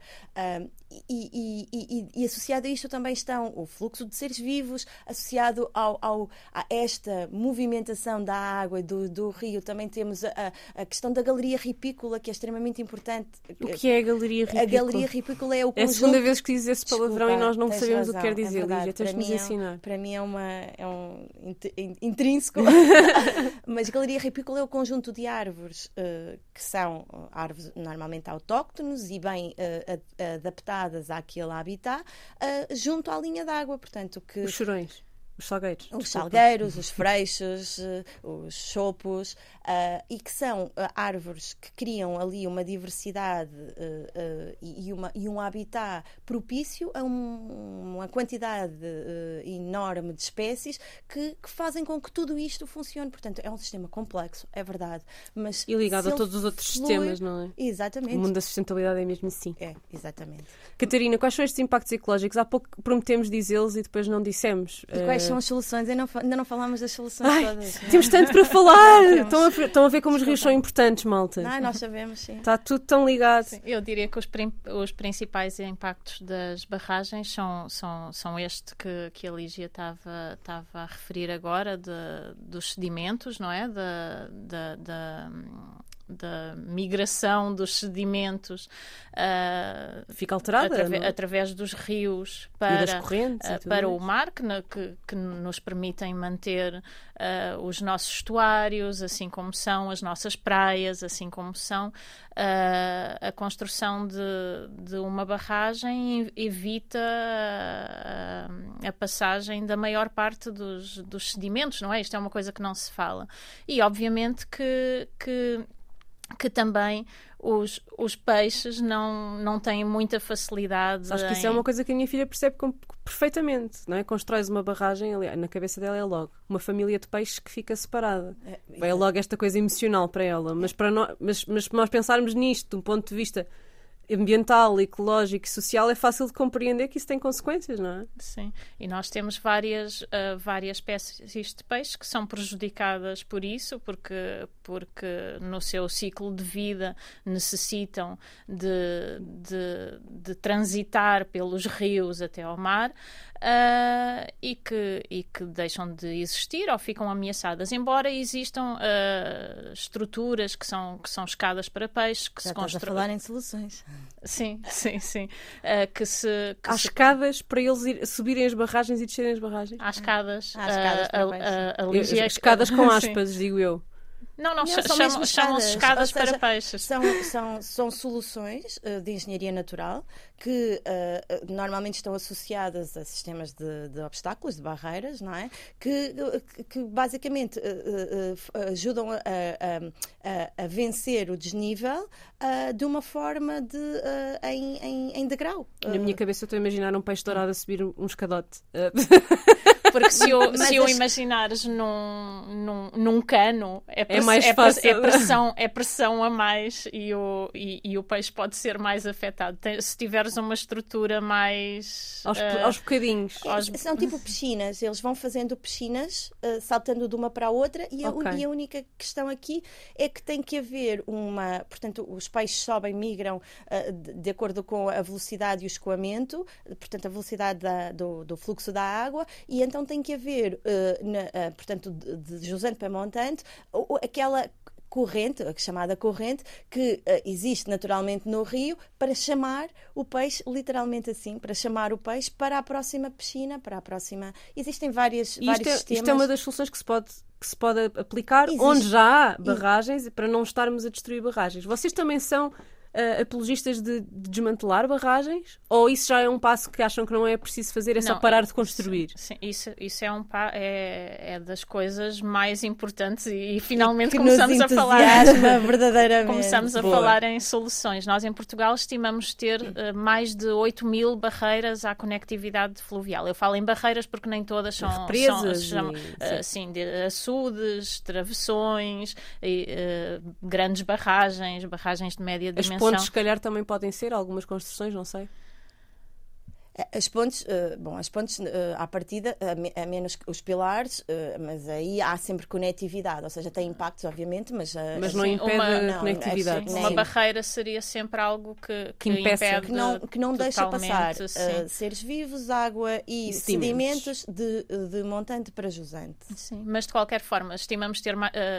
E associado a isto também estão o fluxo de seres vivos, associado a esta movimentação da água e do rio. Também temos a questão da galeria ripícola, que é extremamente importante. O que é a galeria ripícola? A galeria ripícola é o conjunto... É a segunda vez que dizes esse palavrão. Desculpa, e nós não tens sabemos razão, o que quer dizer, verdade. Lígia. Tens de nos ensinar. Para mim é um intrínseco. Mas galeria ripícola é o conjunto de árvores que são árvores normalmente autóctones e bem adaptadas àquele habitat, junto à linha d'água. Portanto, que Os chorões. Os salgueiros. Os salgueiros, os freixos, os chopos, e que são árvores que criam ali uma diversidade e um habitat propício a uma quantidade enorme de espécies que fazem com que tudo isto funcione. Portanto, é um sistema complexo, é verdade. Mas E ligado a ele todos os outros flui- sistemas, não é? Exatamente. O mundo da sustentabilidade é mesmo assim. É, exatamente. Catarina, quais são estes impactos ecológicos? Há pouco prometemos dizê-los e depois não dissemos. E quais são as soluções? Ainda não falámos das soluções todas. Temos tanto para falar! Temos. Estão a ver como os rios são importantes, malta. Não, nós sabemos, sim. Está tudo tão ligado. Sim, eu diria que os principais impactos das barragens são este que a Lígia estava a referir agora, dos sedimentos, não é? da migração dos sedimentos fica alterada através dos rios e das correntes, para o mar, que nos permitem manter os nossos estuários, assim como são as nossas praias, assim como são a construção de uma barragem evita a passagem da maior parte dos sedimentos, não é? Isto é uma coisa que não se fala. E obviamente que também os peixes não têm muita facilidade. Acho que isso é uma coisa que a minha filha percebe perfeitamente, não é? Constróis uma barragem, ali, na cabeça dela é logo uma família de peixes que fica separada. É logo esta coisa emocional para ela. Mas para nós pensarmos nisto de um ponto de vista ambiental, ecológico e social, é fácil de compreender que isso tem consequências, não é? Sim, e nós temos várias espécies de peixe que são prejudicadas por isso, porque no seu ciclo de vida necessitam de transitar pelos rios até ao mar, e que deixam de existir ou ficam ameaçadas, embora existam estruturas que são escadas para peixes que se constroem. Estás a falar em soluções. Sim. Há escadas para eles subirem as barragens e descerem as barragens? Há escadas. Escadas com aspas, digo eu. Não, chamam-se escadas para peixes. São soluções de engenharia natural que normalmente estão associadas a sistemas de obstáculos, de barreiras, não é? Que basicamente ajudam a vencer o desnível de uma forma em degrau. Na minha cabeça eu estou a imaginar um peixe dourado a subir um escadote. Porque se o imaginares num cano, é mais fácil. É pressão a mais e o peixe pode ser mais afetado. Se tiveres uma estrutura mais... Aos bocadinhos. São tipo piscinas. Eles vão fazendo piscinas, saltando de uma para a outra, e a única questão aqui é que tem que haver uma... Portanto, os peixes sobem, migram de acordo com a velocidade e o escoamento, portanto, a velocidade do fluxo da água, e então tem que haver, portanto, de jusante para montante, aquela corrente, a chamada corrente, que existe naturalmente no rio, para chamar o peixe, literalmente assim, para chamar o peixe para a próxima piscina, para a próxima... Existem vários sistemas. Isto é uma das soluções que se pode aplicar onde já há barragens, para não estarmos a destruir barragens. Vocês também são apologistas de desmantelar barragens? Ou isso já é um passo que acham que não é preciso fazer, só parar de construir? Sim, isso é das coisas mais importantes e finalmente que começamos a falar verdadeiramente. Começamos a falar em soluções. Nós em Portugal estimamos ter mais de 8.000 barreiras à conectividade fluvial. Eu falo em barreiras porque nem todas são represas, de açudes, travessões, grandes barragens de média dimensão. As pontes, se calhar, também podem ser algumas construções, não sei. As pontes, à partida, a menos os pilares, mas aí há sempre conectividade, ou seja, tem impactos, obviamente, mas não impede a conectividade. Uma barreira seria sempre algo que impede, que não deixa passar seres vivos, água e sedimentos de montante para jusante. Sim, mas de qualquer forma, estimamos ter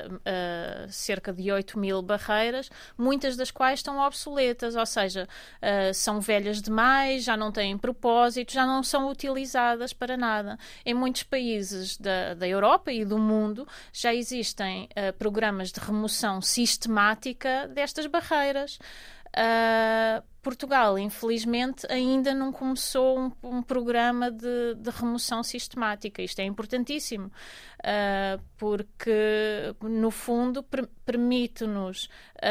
cerca de 8.000 barreiras, muitas das quais estão obsoletas, ou seja, são velhas demais, já não têm propósito, já não são utilizadas para nada. Em muitos países da Europa e do mundo já existem programas de remoção sistemática destas barreiras. Portugal, infelizmente, ainda não começou um programa de remoção sistemática. Isto é importantíssimo, porque, no fundo, permite-nos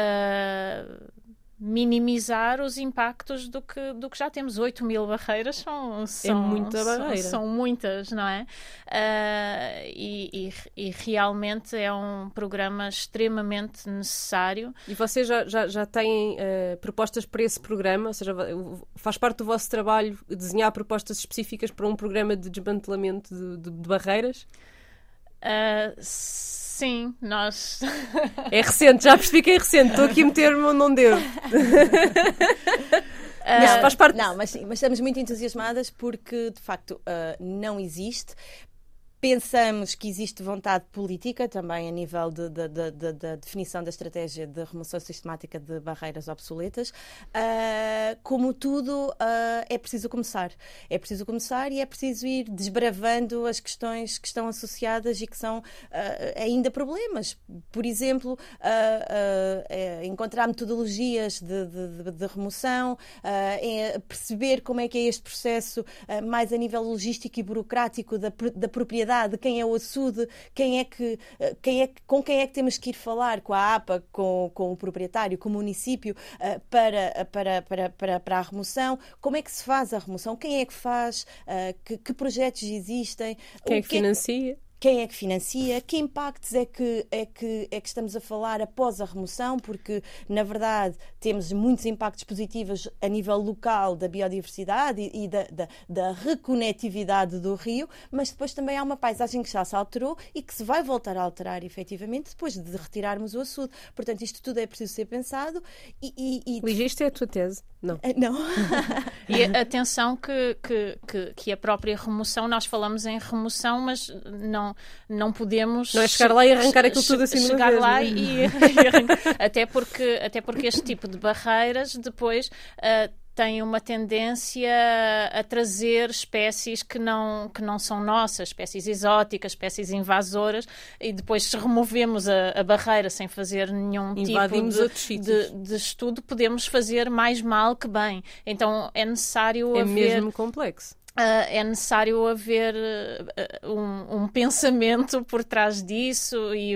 minimizar os impactos do que já temos. 8.000 barreiras é muita barreira. São muitas, não é? E realmente é um programa extremamente necessário. E vocês já têm propostas para esse programa? Ou seja, faz parte do vosso trabalho desenhar propostas específicas para um programa de desmantelamento de barreiras? Sim, nós... É recente, já percebi que é recente. Estou aqui a meter-me onde não devo. Mas faz parte... Não, mas estamos muito entusiasmadas porque, de facto, não existe. Pensamos que existe vontade política também a nível da definição da estratégia de remoção sistemática de barreiras obsoletas. Como tudo, é preciso começar. É preciso começar e é preciso ir desbravando as questões que estão associadas e que são ainda problemas. Por exemplo, encontrar metodologias de remoção, perceber como é que é este processo mais a nível logístico e burocrático da propriedade, de quem é o açude, com quem é que temos que ir falar, com a APA, com o proprietário, com o município, para a remoção, como é que se faz a remoção, quem é que faz, que projetos existem, quem é que financia? Quem é que financia? Que impactos é que estamos a falar após a remoção? Porque, na verdade, temos muitos impactos positivos a nível local da biodiversidade e da reconectividade do rio, mas depois também há uma paisagem que já se alterou e que se vai voltar a alterar, efetivamente, depois de retirarmos o açude. Portanto, isto tudo é preciso ser pensado. Lígia, isto é a tua tese? Não. Não. E atenção que a própria remoção, nós falamos em remoção, mas não podemos... Não é chegar lá e arrancar aquilo tudo assim chegar de uma lá vez, e até porque este tipo de barreiras depois... tem uma tendência a trazer espécies que não são nossas, espécies exóticas, espécies invasoras, e depois se removemos a barreira sem fazer nenhum tipo de estudo, podemos fazer mais mal que bem. Então é necessário haver... mesmo complexo. É necessário haver um pensamento por trás disso e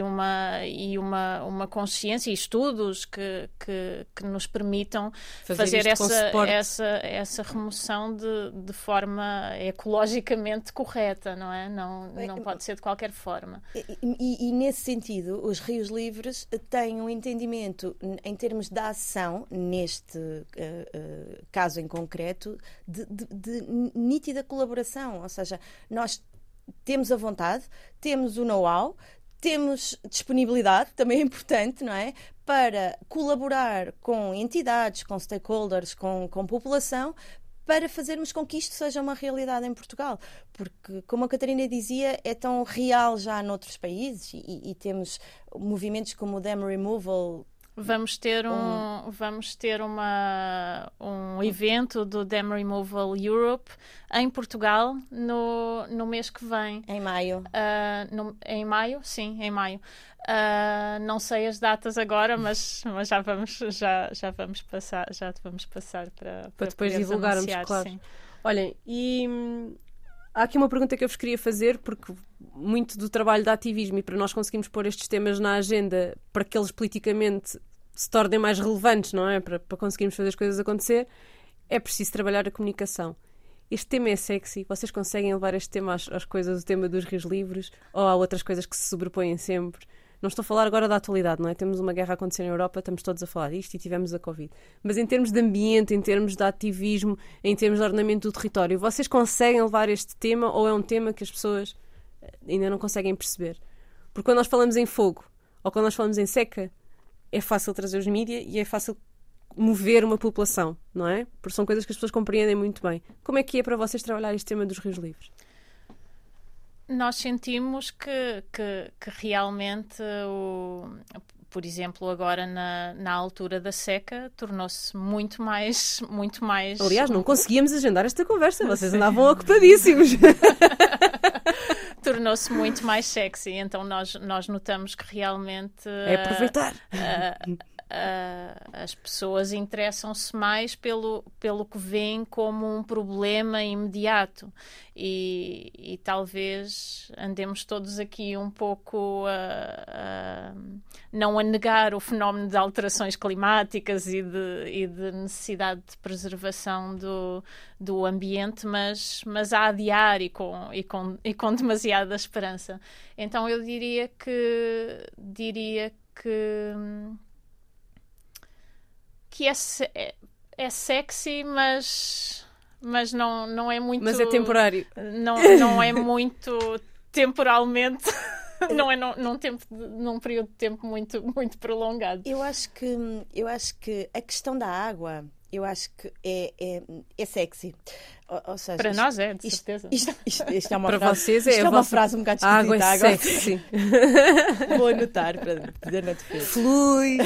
uma consciência e estudos que nos permitam fazer essa remoção de forma ecologicamente correta, não é? Não pode ser de qualquer forma. E nesse sentido, os rios livres têm um entendimento em termos da ação, neste caso em concreto, de nítida colaboração, ou seja, nós temos a vontade, temos o know-how, temos disponibilidade, também é importante, não é? Para colaborar com entidades, com stakeholders, com população, para fazermos com que isto seja uma realidade em Portugal. Porque, como a Catarina dizia, é tão real já noutros países e temos movimentos como o Dam Removal. Vamos ter um evento do Dam Removal Europe em Portugal no mês que vem. Em maio. Em maio? Sim, em maio. Não sei as datas agora, mas já vamos passar para depois divulgarmos, claro. Sim. Olhem, e há aqui uma pergunta que eu vos queria fazer, porque muito do trabalho de ativismo e para nós conseguirmos pôr estes temas na agenda para que eles politicamente se tornem mais relevantes, não é? Para conseguirmos fazer as coisas acontecer, é preciso trabalhar a comunicação. Este tema é sexy? Vocês conseguem levar este tema às coisas, o tema dos rios livres? Ou há outras coisas que se sobrepõem sempre? Não estou a falar agora da atualidade, não é? Temos uma guerra a acontecer na Europa, estamos todos a falar disto e tivemos a Covid. Mas em termos de ambiente, em termos de ativismo, em termos de ordenamento do território, vocês conseguem levar este tema ou é um tema que as pessoas ainda não conseguem perceber? Porque quando nós falamos em fogo ou quando nós falamos em seca, é fácil trazer os mídias e é fácil mover uma população, não é? Porque são coisas que as pessoas compreendem muito bem. Como é que é para vocês trabalhar este tema dos rios livres? Nós sentimos que realmente, por exemplo, agora na altura da seca, tornou-se muito mais... Aliás, não conseguíamos agendar esta conversa, vocês andavam ocupadíssimos. Tornou-se muito mais sexy, então nós notamos que realmente... É aproveitar. As pessoas interessam-se mais pelo que veem como um problema imediato e talvez andemos todos aqui um pouco não a negar o fenómeno de alterações climáticas e de necessidade de preservação do ambiente, mas a adiar e com demasiada esperança. Então eu diria que é sexy, mas não é muito... Mas é temporário. Não é muito temporalmente... Não é num período de tempo muito, muito prolongado. Eu acho que a questão da água... eu acho que é sexy. Ou seja, para nós é, de certeza. Isto é uma para frase, vocês isto é uma vossa... frase um bocado água esquisita. é sexy. Vou anotar para dizer na defesa. Flui.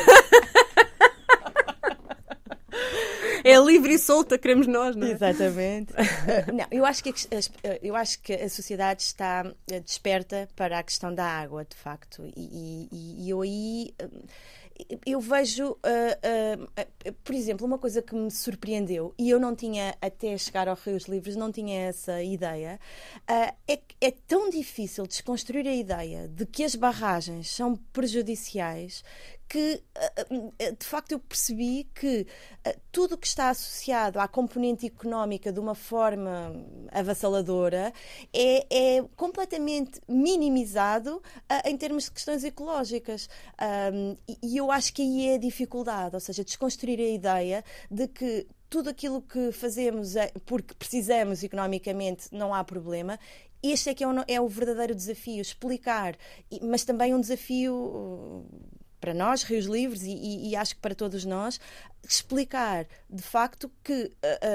É livre e solta, queremos nós, não é? Exatamente. Não, eu acho que a sociedade está desperta para a questão da água, de facto. E eu aí... Eu vejo, por exemplo, uma coisa que me surpreendeu, e eu não tinha, até chegar ao Rios Livres, não tinha essa ideia, é tão difícil desconstruir a ideia de que as barragens são prejudiciais, que de facto eu percebi que tudo o que está associado à componente económica de uma forma avassaladora é completamente minimizado em termos de questões ecológicas. E eu acho que aí é a dificuldade, ou seja, desconstruir a ideia de que tudo aquilo que fazemos porque precisamos economicamente não há problema. Este é que é o verdadeiro desafio, explicar, mas também um desafio... para nós, Rios Livres, e acho que para todos nós, explicar de facto que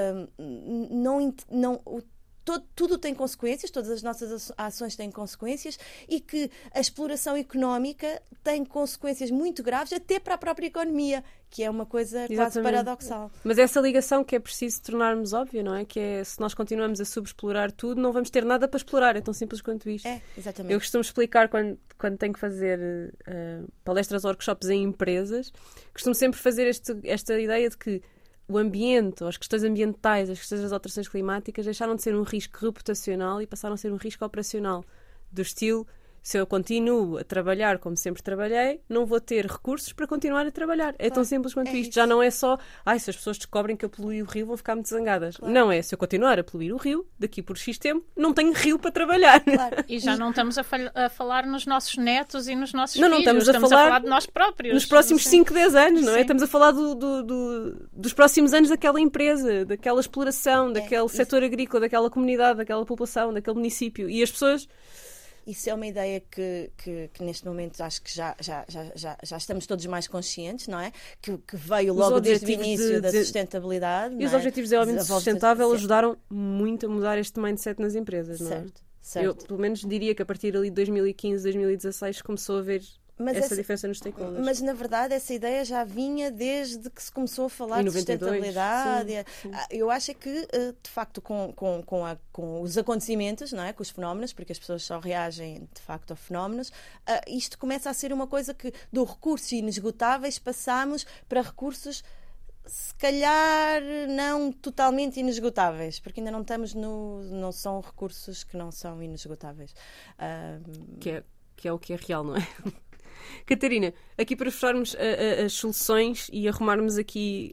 tudo tem consequências, todas as nossas ações têm consequências e que a exploração económica tem consequências muito graves até para a própria economia, que é uma coisa quase paradoxal. Mas essa ligação que é preciso tornarmos óbvia, não é? Que é, se nós continuamos a subexplorar tudo, não vamos ter nada para explorar, é tão simples quanto isto. É, exatamente. Eu costumo explicar quando tenho que fazer palestras, workshops em empresas, costumo sempre fazer esta ideia de que o ambiente, ou as questões ambientais, as questões das alterações climáticas deixaram de ser um risco reputacional e passaram a ser um risco operacional. Do estilo, se eu continuo a trabalhar como sempre trabalhei, não vou ter recursos para continuar a trabalhar. É tão simples quanto isto. Já não é só, se as pessoas descobrem que eu poluí o rio, vão ficar muito zangadas. Claro. Não é, se eu continuar a poluir o rio, daqui por X tempo, não tenho rio para trabalhar. Claro. E já não estamos a falar nos nossos netos e nos nossos filhos. Não estamos a falar de nós próprios. Nos próximos 5, 10 anos, não é? Estamos a falar dos próximos anos daquela empresa, daquela exploração, daquele setor agrícola, daquela comunidade, daquela população, daquele município. E as pessoas... Isso é uma ideia que neste momento acho que já estamos todos mais conscientes, não é? Que veio logo desde o início da sustentabilidade. E os Objetivos de Desenvolvimento Sustentável ajudaram muito a mudar este mindset nas empresas, não é? Certo. Eu, pelo menos, diria que a partir ali de 2015, 2016, começou a haver essa diferença nos stakeholders. Mas, na verdade, essa ideia já vinha desde que se começou a falar de sustentabilidade. Sim. Eu acho que, de facto, com os acontecimentos, não é? Com os fenómenos, porque as pessoas só reagem, de facto, a fenómenos, isto começa a ser uma coisa que, do recursos inesgotáveis, passamos para recursos se calhar não totalmente inesgotáveis, porque ainda não estamos não são recursos que não são inesgotáveis. Que é o que é real, não é? Catarina, aqui para fecharmos as soluções e arrumarmos aqui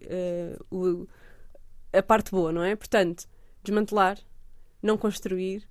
a parte boa, não é? Portanto, desmantelar, não construir.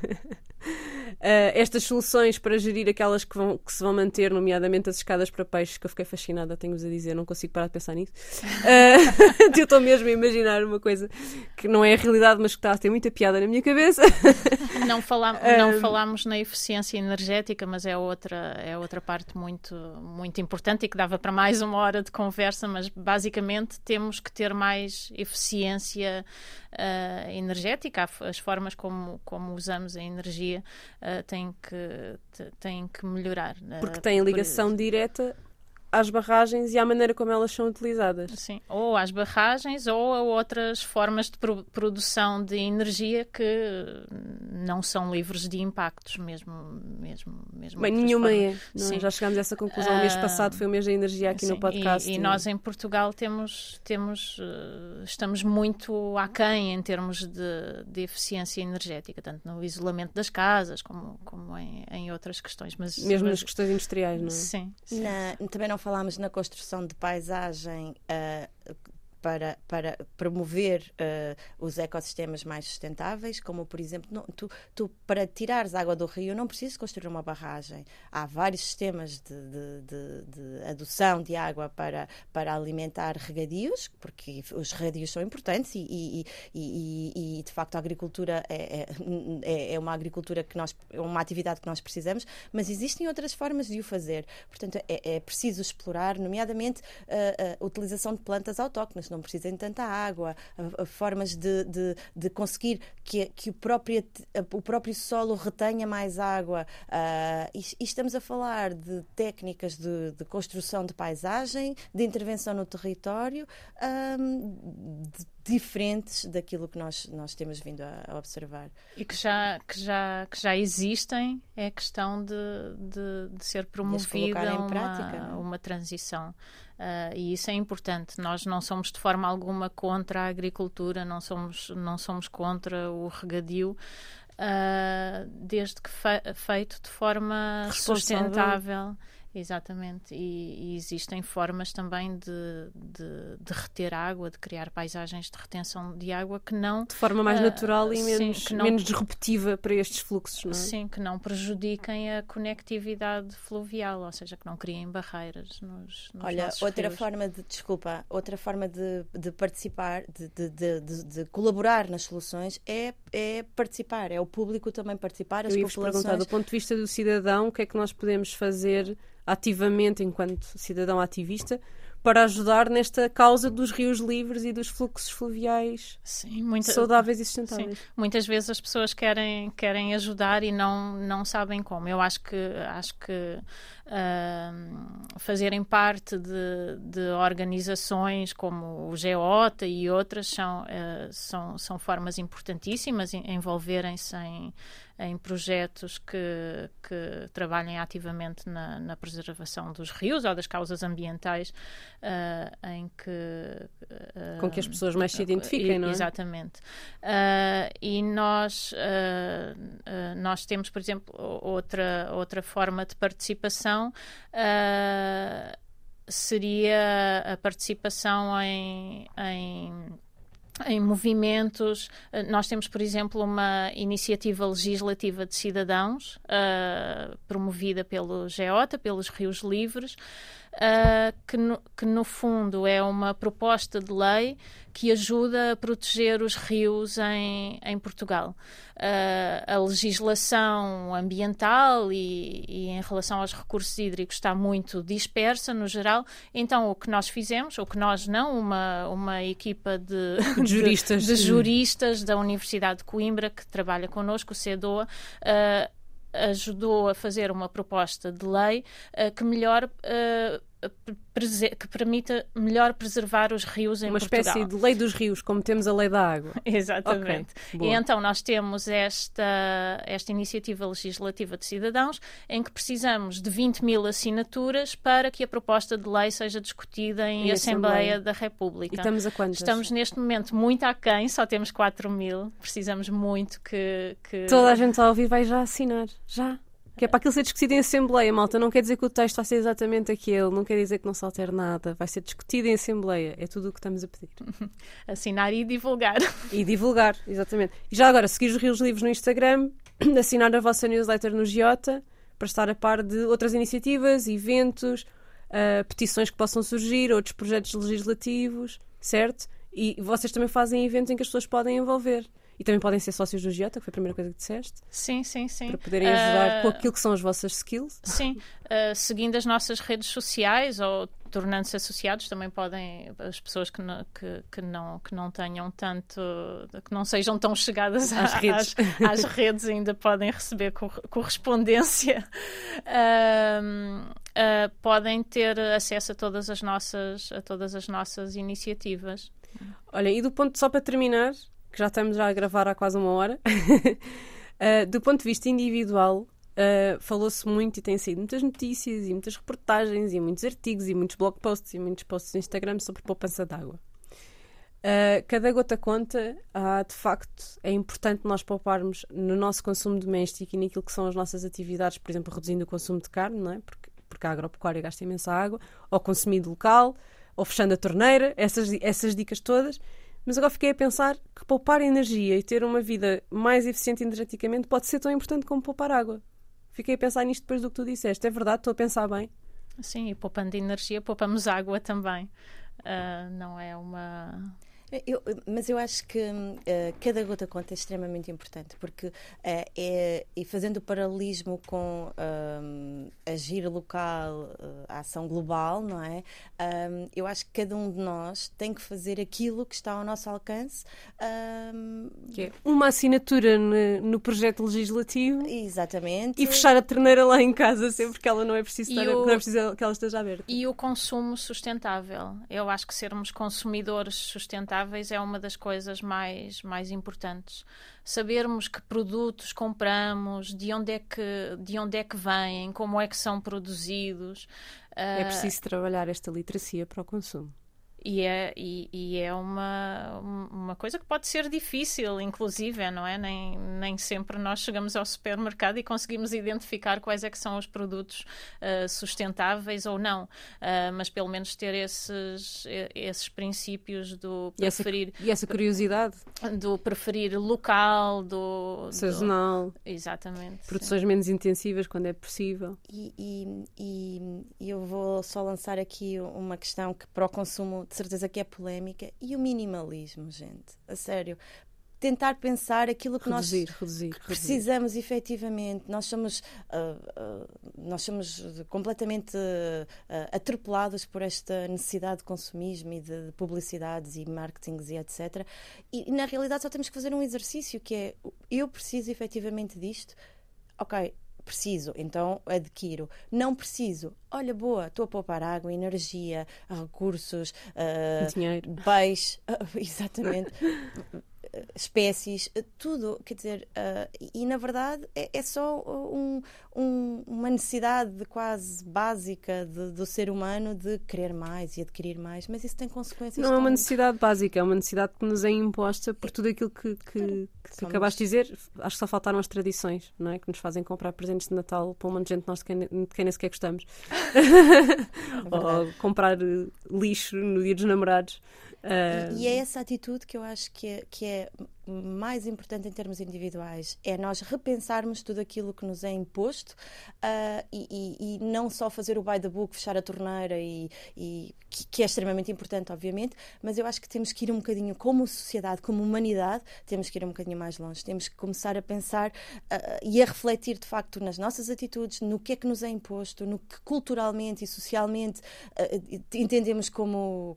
Estas soluções para gerir aquelas que se vão manter, nomeadamente as escadas para peixes, que eu fiquei fascinada, tenho-vos a dizer, não consigo parar de pensar nisso. Eu estou mesmo a imaginar uma coisa que não é a realidade, mas que está a ter muita piada na minha cabeça. Não falámos na eficiência energética, mas é outra parte muito, muito importante e que dava para mais uma hora de conversa, mas basicamente temos que ter mais eficiência energética, as formas como usamos a energia têm que melhorar. Porque tem ligação direta às barragens e à maneira como elas são utilizadas. Sim, ou às barragens ou a outras formas de produção de energia que não são livres de impactos, mesmo bem, nenhuma é. Já chegámos a essa conclusão. O mês passado foi o mês da energia aqui no podcast. E nós em Portugal estamos muito aquém em termos de eficiência energética, tanto no isolamento das casas como em outras questões. Mesmo nas questões industriais, não é? Sim. Também não falámos na construção de paisagem para promover os ecossistemas mais sustentáveis, como, por exemplo, tu para tirares água do rio não precisas construir uma barragem. Há vários sistemas de adução de água para alimentar regadios, porque os regadios são importantes e de facto a agricultura é uma agricultura é uma atividade que nós precisamos, mas existem outras formas de o fazer. Portanto, é preciso explorar, nomeadamente a utilização de plantas autóctones. rios não precisem de tanta água, formas de conseguir que o próprio solo retenha mais água. E estamos a falar de técnicas de construção de paisagem, de intervenção no território, diferentes daquilo que nós temos vindo a observar. E que já existem, é a questão de ser promovida uma transição. E isso é importante. Nós não somos de forma alguma contra a agricultura, não somos contra o regadio, desde que feito de forma sustentável. Exatamente, e existem formas também de reter água, de criar paisagens de retenção de água que não... De forma mais natural e menos disruptiva para estes fluxos, não é? Sim, que não prejudiquem a conectividade fluvial, ou seja, que não criem barreiras nos nossos outra rios. Outra forma de participar, de colaborar nas soluções é participar, é o público também participar, as populações... Eu ia-vos perguntar, do ponto de vista do cidadão, o que é que nós podemos fazer ativamente, enquanto cidadão ativista, para ajudar nesta causa dos rios livres e dos fluxos fluviais saudáveis e sustentáveis? Sim. Muitas vezes as pessoas querem ajudar e não sabem como. Eu acho que fazerem parte de organizações como o GEOTA e outras são formas importantíssimas, envolverem-se em projetos que trabalhem ativamente na preservação dos rios ou das causas ambientais com que as pessoas mais se identifiquem, não é? Exatamente. E nós temos, por exemplo, outra forma de participação seria a participação em movimentos. Nós temos, por exemplo, uma iniciativa legislativa de cidadãos promovida pelo GEOTA, pelos Rios Livres, que no fundo é uma proposta de lei que ajuda a proteger os rios em Portugal. A legislação ambiental e em relação aos recursos hídricos está muito dispersa no geral, então o que nós fizemos, uma equipa de juristas da Universidade de Coimbra que trabalha connosco, o CEDOA, ajudou a fazer uma proposta de lei que permita melhor preservar os rios em Portugal. Uma espécie de lei dos rios, como temos a lei da água. Exatamente. Okay, e então nós temos esta iniciativa legislativa de cidadãos em que precisamos de 20.000 assinaturas para que a proposta de lei seja discutida em Assembleia da República. E estamos a quantas? Estamos neste momento muito aquém, só temos 4.000. Precisamos muito que... Toda a gente a ouvir vai já assinar. Já. Que é para aquilo ser discutido em Assembleia, malta. Não quer dizer que o texto vai ser exatamente aquele, não quer dizer que não se altere nada. Vai ser discutido em Assembleia. É tudo o que estamos a pedir. Assinar e divulgar. E divulgar, exatamente. E já agora, seguir os Rios Livres no Instagram, assinar a vossa newsletter no GEOTA, para estar a par de outras iniciativas, eventos, petições que possam surgir, outros projetos legislativos, certo? E vocês também fazem eventos em que as pessoas podem envolver. E também podem ser sócios do GEOTA, que foi a primeira coisa que disseste. Sim. Para poderem ajudar com aquilo que são as vossas skills. Sim. Seguindo as nossas redes sociais ou tornando-se associados, também podem, as pessoas que não tenham tanto, que não sejam tão chegadas às redes ainda podem receber correspondência. Podem ter acesso a todas as nossas iniciativas. Olha, e do ponto, só para terminar, que já estamos a gravar há quase 1 hora, do ponto de vista individual, falou-se muito e tem saído muitas notícias e muitas reportagens e muitos artigos e muitos blog posts e muitos posts no Instagram sobre poupança de água. Cada gota conta. De facto, é importante nós pouparmos no nosso consumo doméstico e naquilo que são as nossas atividades, por exemplo, reduzindo o consumo de carne, não é? Porque a agropecuária gasta imensa água, ou consumindo local, ou fechando a torneira, essas dicas todas. Mas agora fiquei a pensar que poupar energia e ter uma vida mais eficiente energeticamente pode ser tão importante como poupar água. Fiquei a pensar nisto depois do que tu disseste. É verdade? Estou a pensar bem? Sim, e poupando energia, poupamos água também. Não é uma... Mas eu acho que cada gota conta é extremamente importante, porque e fazendo o paralelismo com agir local, a ação global, não é? Eu acho que cada um de nós tem que fazer aquilo que está ao nosso alcance. Que é uma assinatura no projeto legislativo. Exatamente. E fechar a torneira lá em casa sempre que ela não é preciso que ela esteja aberta. E o consumo sustentável. Eu acho que sermos consumidores sustentáveis é uma das coisas mais importantes. Sabermos que produtos compramos, de onde é que vêm, como é que são produzidos. É preciso trabalhar esta literacia para o consumo. E é uma coisa que pode ser difícil, inclusive, não é? Nem sempre nós chegamos ao supermercado e conseguimos identificar quais é que são os produtos sustentáveis ou não. Mas pelo menos ter esses princípios do preferir... E essa curiosidade? Do preferir local, sazonal. Exatamente. Produções menos intensivas quando é possível. E eu vou só lançar aqui uma questão que para o consumo de certeza que é polémica, e o minimalismo, gente, a sério, tentar pensar aquilo que nós precisamos efetivamente. Nós somos completamente atropelados por esta necessidade de consumismo e de publicidades e marketings e etc. E na realidade só temos que fazer um exercício que é, eu preciso efetivamente disto, ok, preciso, então adquiro. Não preciso, olha, boa, estou a poupar água, energia, recursos, dinheiro, peixe, exatamente, espécies, tudo, quer dizer, e na verdade é só uma necessidade quase básica do ser humano de querer mais e adquirir mais, mas isso tem consequências. Não é uma necessidade básica, é uma necessidade que nos é imposta por tudo aquilo que acabaste de dizer. Acho que só faltaram as tradições, não é? Que nos fazem comprar presentes de Natal para um monte de gente de quem nem sequer gostamos. Ou comprar lixo no Dia dos Namorados. E é essa atitude que eu acho que é mais importante em termos individuais, é nós repensarmos tudo aquilo que nos é imposto e não só fazer o by the book, fechar a torneira que é extremamente importante, obviamente, mas eu acho que temos que ir um bocadinho, como sociedade, como humanidade, temos que ir um bocadinho mais longe, temos que começar a pensar e a refletir de facto nas nossas atitudes, no que é que nos é imposto, no que culturalmente e socialmente entendemos como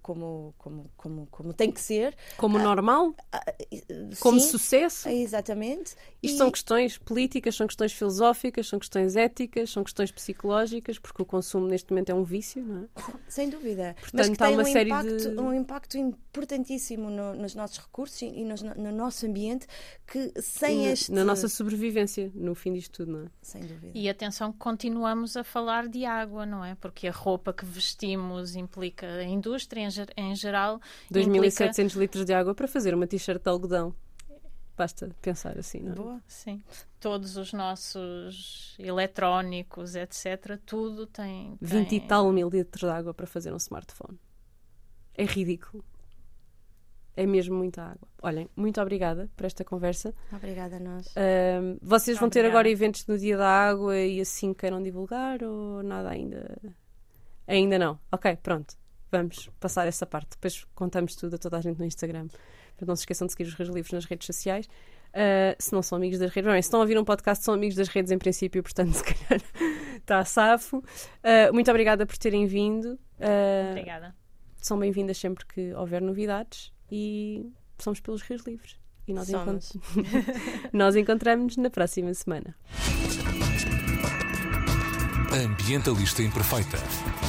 tem que ser. Como normal? Como sim, sucesso? Exatamente. Isto são questões políticas, são questões filosóficas, são questões éticas, são questões psicológicas, porque o consumo neste momento é um vício, não é? Sem dúvida. Portanto, mas que tem uma série um impacto importantíssimo nos nossos recursos e no nosso ambiente, que sem na nossa sobrevivência, no fim disto tudo, não é? Sem dúvida. E atenção que continuamos a falar de água, não é? Porque a roupa que vestimos implica a indústria em geral. 2.700 litros de água para fazer uma t-shirt de algodão. Basta pensar assim, não é? Boa. Sim. Todos os nossos eletrónicos, etc., tudo tem... 20 e tal mil litros de água para fazer um smartphone. É ridículo. É mesmo muita água. Olhem, muito obrigada por esta conversa. Obrigada a nós. Vocês vão ter agora eventos no Dia da Água e assim queiram divulgar ou nada ainda? Ainda não. Ok, pronto. Vamos passar essa parte. Depois contamos tudo a toda a gente no Instagram. Portanto, não se esqueçam de seguir os Rios Livres nas redes sociais. Se não são amigos das redes... Bem, se estão a ouvir um podcast, são amigos das redes em princípio, portanto, se calhar está a safo. Muito obrigada por terem vindo. Obrigada. São bem-vindas sempre que houver novidades e somos pelos Rios Livres. E nós encontramos-nos na próxima semana. Ambientalista Imperfeita.